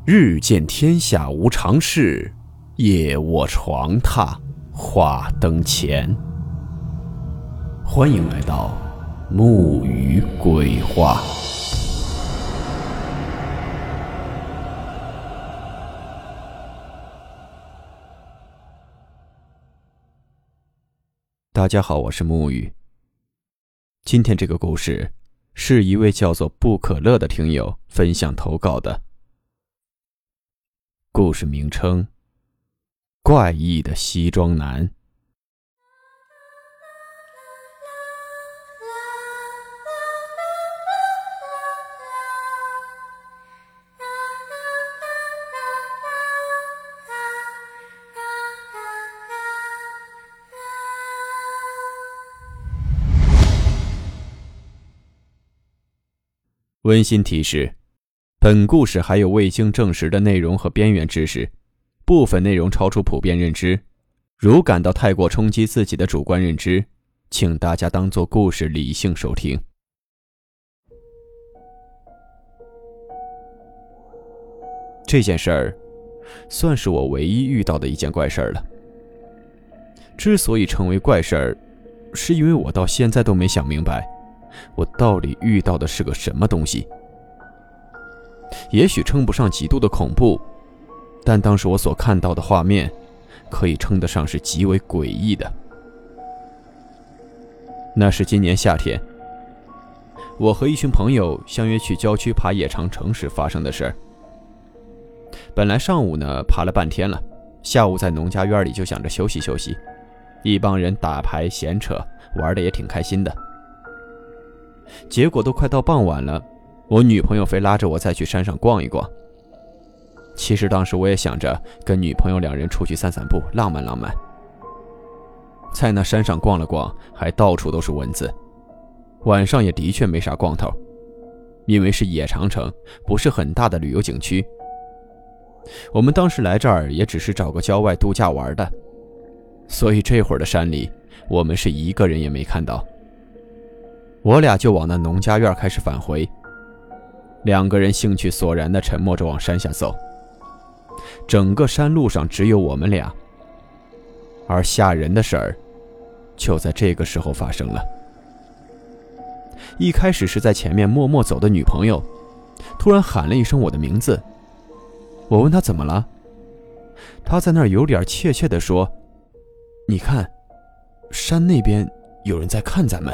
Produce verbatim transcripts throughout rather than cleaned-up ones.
日见天下无常事，夜卧床榻话灯前。欢迎来到木鱼鬼话。大家好，我是木鱼。今天这个故事是一位叫做不可乐的听友分享投稿的。故事名称：怪异的西装男。温馨提示：本故事还有未经证实的内容和边缘知识，部分内容超出普遍认知，如感到太过冲击自己的主观认知，请大家当作故事理性收听。这件事儿算是我唯一遇到的一件怪事儿了。之所以成为怪事儿，是因为我到现在都没想明白我到底遇到的是个什么东西。也许称不上极度的恐怖，但当时我所看到的画面可以称得上是极为诡异的。那是今年夏天，我和一群朋友相约去郊区爬野长城时发生的事儿。本来上午呢爬了半天了，下午在农家院里就想着休息休息，一帮人打牌闲扯，玩得也挺开心的。结果都快到傍晚了，我女朋友非拉着我再去山上逛一逛。其实当时我也想着跟女朋友两人出去散散步，浪漫浪漫。在那山上逛了逛，还到处都是蚊子。晚上也的确没啥逛头，因为是野长城，不是很大的旅游景区。我们当时来这儿也只是找个郊外度假玩的，所以这会儿的山里我们是一个人也没看到。我俩就往那农家院开始返回，两个人兴趣索然地沉默着往山下走。整个山路上只有我们俩，而吓人的事儿就在这个时候发生了。一开始是在前面默默走的女朋友突然喊了一声我的名字，我问她怎么了，她在那儿有点怯怯地说：“你看，山那边有人在看咱们。”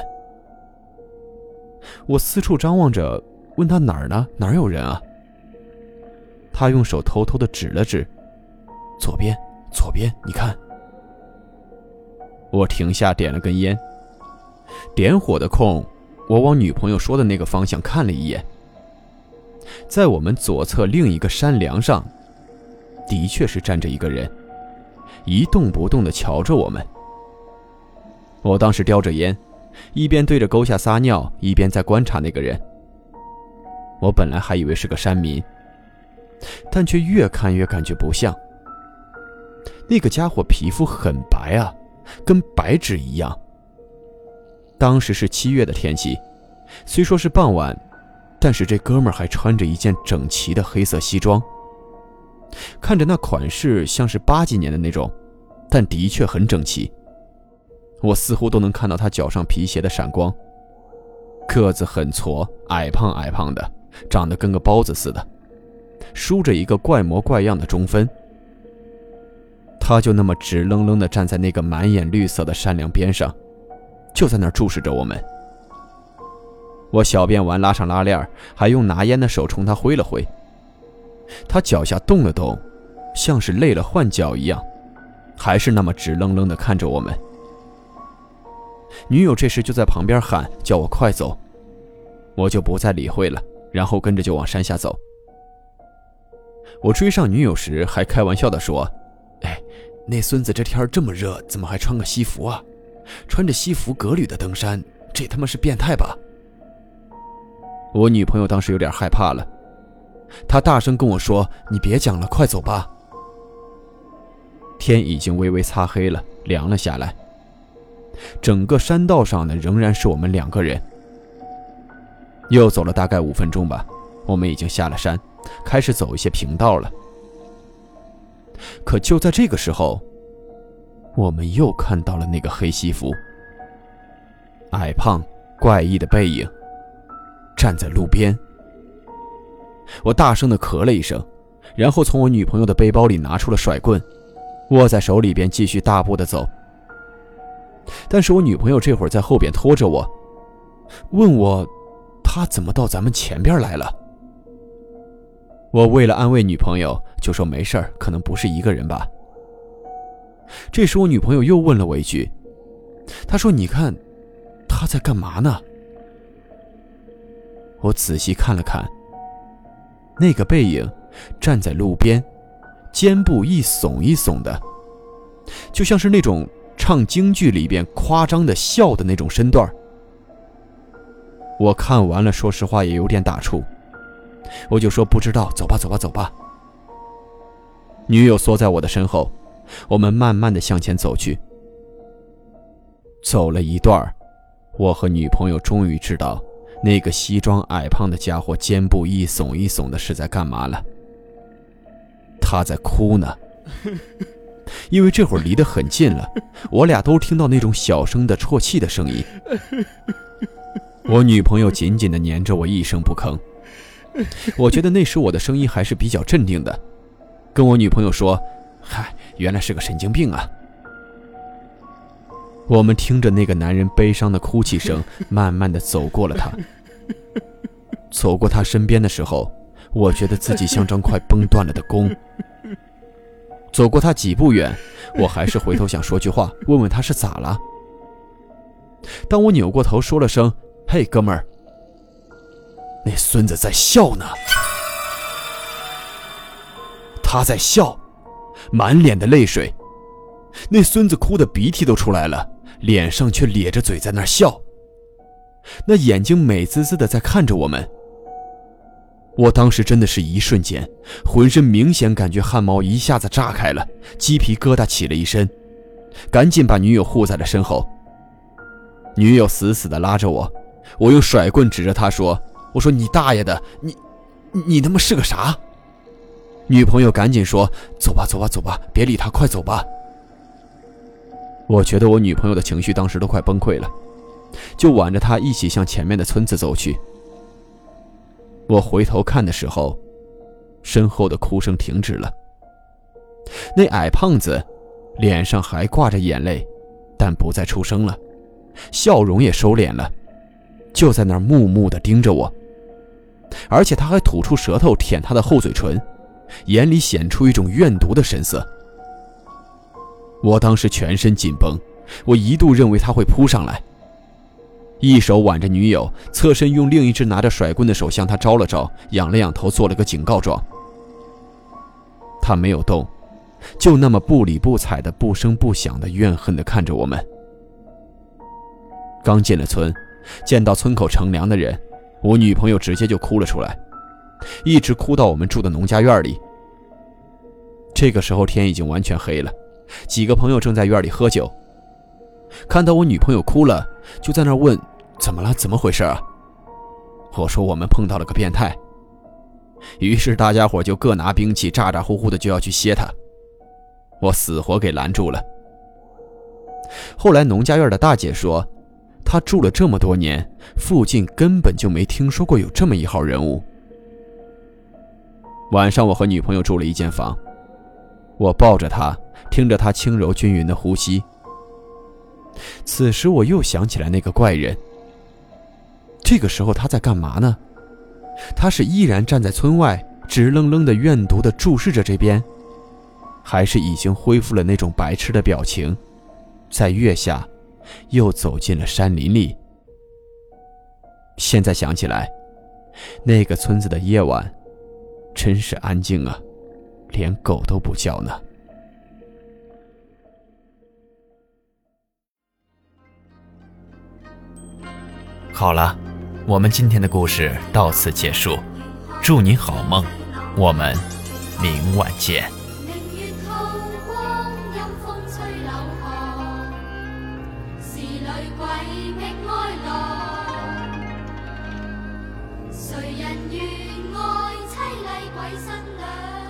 我四处张望着，问他哪儿呢？哪儿有人啊？他用手偷偷地指了指，左边，左边，你看。我停下，点了根烟。点火的空，我往女朋友说的那个方向看了一眼，在我们左侧另一个山梁上，的确是站着一个人，一动不动地瞧着我们。我当时叼着烟，一边对着沟下撒尿，一边在观察那个人。我本来还以为是个山民，但却越看越感觉不像。那个家伙皮肤很白啊，跟白纸一样。当时是七月的天气，虽说是傍晚，但是这哥们儿还穿着一件整齐的黑色西装。看着那款式像是八几年的那种，但的确很整齐。我似乎都能看到他脚上皮鞋的闪光。个子很矬，矮胖矮胖的，长得跟个包子似的，梳着一个怪模怪样的中分。他就那么直愣愣地站在那个满眼绿色的山梁边上，就在那儿注视着我们。我小便完拉上拉链，还用拿烟的手冲他挥了挥。他脚下动了动，像是累了换脚一样，还是那么直愣愣地看着我们。女友这时就在旁边喊，叫我快走，我就不再理会了，然后跟着就往山下走。我追上女友时还开玩笑地说：“哎，那孙子这天这么热，怎么还穿个西服啊？穿着西服革履的登山，这他妈是变态吧？”我女朋友当时有点害怕了，她大声跟我说：“你别讲了，快走吧。”天已经微微擦黑了，凉了下来。整个山道上呢，仍然是我们两个人。又走了大概五分钟吧，我们已经下了山， 开始走一些平道了。可就在这个时候，我们又看到了那个黑西服，矮胖怪异的背影，站在路边。我大声地咳了一声，然后从我女朋友的背包里拿出了甩棍，握在手里边继续大步地走。但是我女朋友这会儿在后边拖着我，问我她怎么到咱们前边来了。我为了安慰女朋友就说没事儿，可能不是一个人吧。这时我女朋友又问了我一句，她说你看她在干嘛呢？我仔细看了看，那个背影站在路边，肩部一耸一耸的，就像是那种唱京剧里边夸张的笑的那种身段。我看完了，说实话也有点打怵，我就说不知道，走吧走吧走吧。女友缩在我的身后，我们慢慢地向前走去。走了一段，我和女朋友终于知道那个西装矮胖的家伙肩部一耸一耸的是在干嘛了。他在哭呢。因为这会儿离得很近了，我俩都听到那种小声的啜泣的声音。我女朋友紧紧地黏着我，一声不吭。我觉得那时我的声音还是比较镇定的，跟我女朋友说，嗨，原来是个神经病啊。我们听着那个男人悲伤的哭泣声，慢慢地走过了他。走过他身边的时候，我觉得自己像张快崩断了的弓。走过他几步远，我还是回头想说句话，问问他是咋了。当我扭过头说了声，嘿哥们儿，那孙子在笑呢。他在笑，满脸的泪水。那孙子哭得鼻涕都出来了，脸上却咧着嘴在那儿笑，那眼睛美滋滋的在看着我们。我当时真的是一瞬间，浑身明显感觉汗毛一下子炸开了，鸡皮疙瘩起了一身，赶紧把女友护在了身后。女友死死地拉着我，我用甩棍指着她说，我说你大爷的，你你他妈是个啥？女朋友赶紧说，走吧走吧走吧，别理他，快走吧。我觉得我女朋友的情绪当时都快崩溃了，就挽着她一起向前面的村子走去。我回头看的时候，身后的哭声停止了。那矮胖子脸上还挂着眼泪，但不再出声了，笑容也收敛了，就在那儿木木地盯着我，而且他还吐出舌头舔他的厚嘴唇，眼里显出一种怨毒的神色。我当时全身紧绷，我一度认为他会扑上来，一手挽着女友，侧身用另一只拿着甩棍的手向他招了招，仰了仰头做了个警告状。他没有动，就那么不理不睬的不声不响的怨恨地看着我们。刚进了村，见到村口乘凉的人，我女朋友直接就哭了出来，一直哭到我们住的农家院里。这个时候天已经完全黑了，几个朋友正在院里喝酒，看到我女朋友哭了，就在那问怎么了，怎么回事啊？我说我们碰到了个变态。于是大家伙就各拿兵器，咋咋呼呼的就要去歇他，我死活给拦住了。后来农家院的大姐说，她住了这么多年，附近根本就没听说过有这么一号人物。晚上我和女朋友住了一间房，我抱着她，听着她轻柔均匀的呼吸。此时我又想起来那个怪人，这个时候他在干嘛呢？他是依然站在村外，直愣愣的怨毒地注视着这边，还是已经恢复了那种白痴的表情，在月下又走进了山林里？现在想起来，那个村子的夜晚真是安静啊，连狗都不叫呢。 好了，我们今天的故事到此结束，祝你好梦，我们明晚见。谁人愿爱凄凉？ 鬼新娘。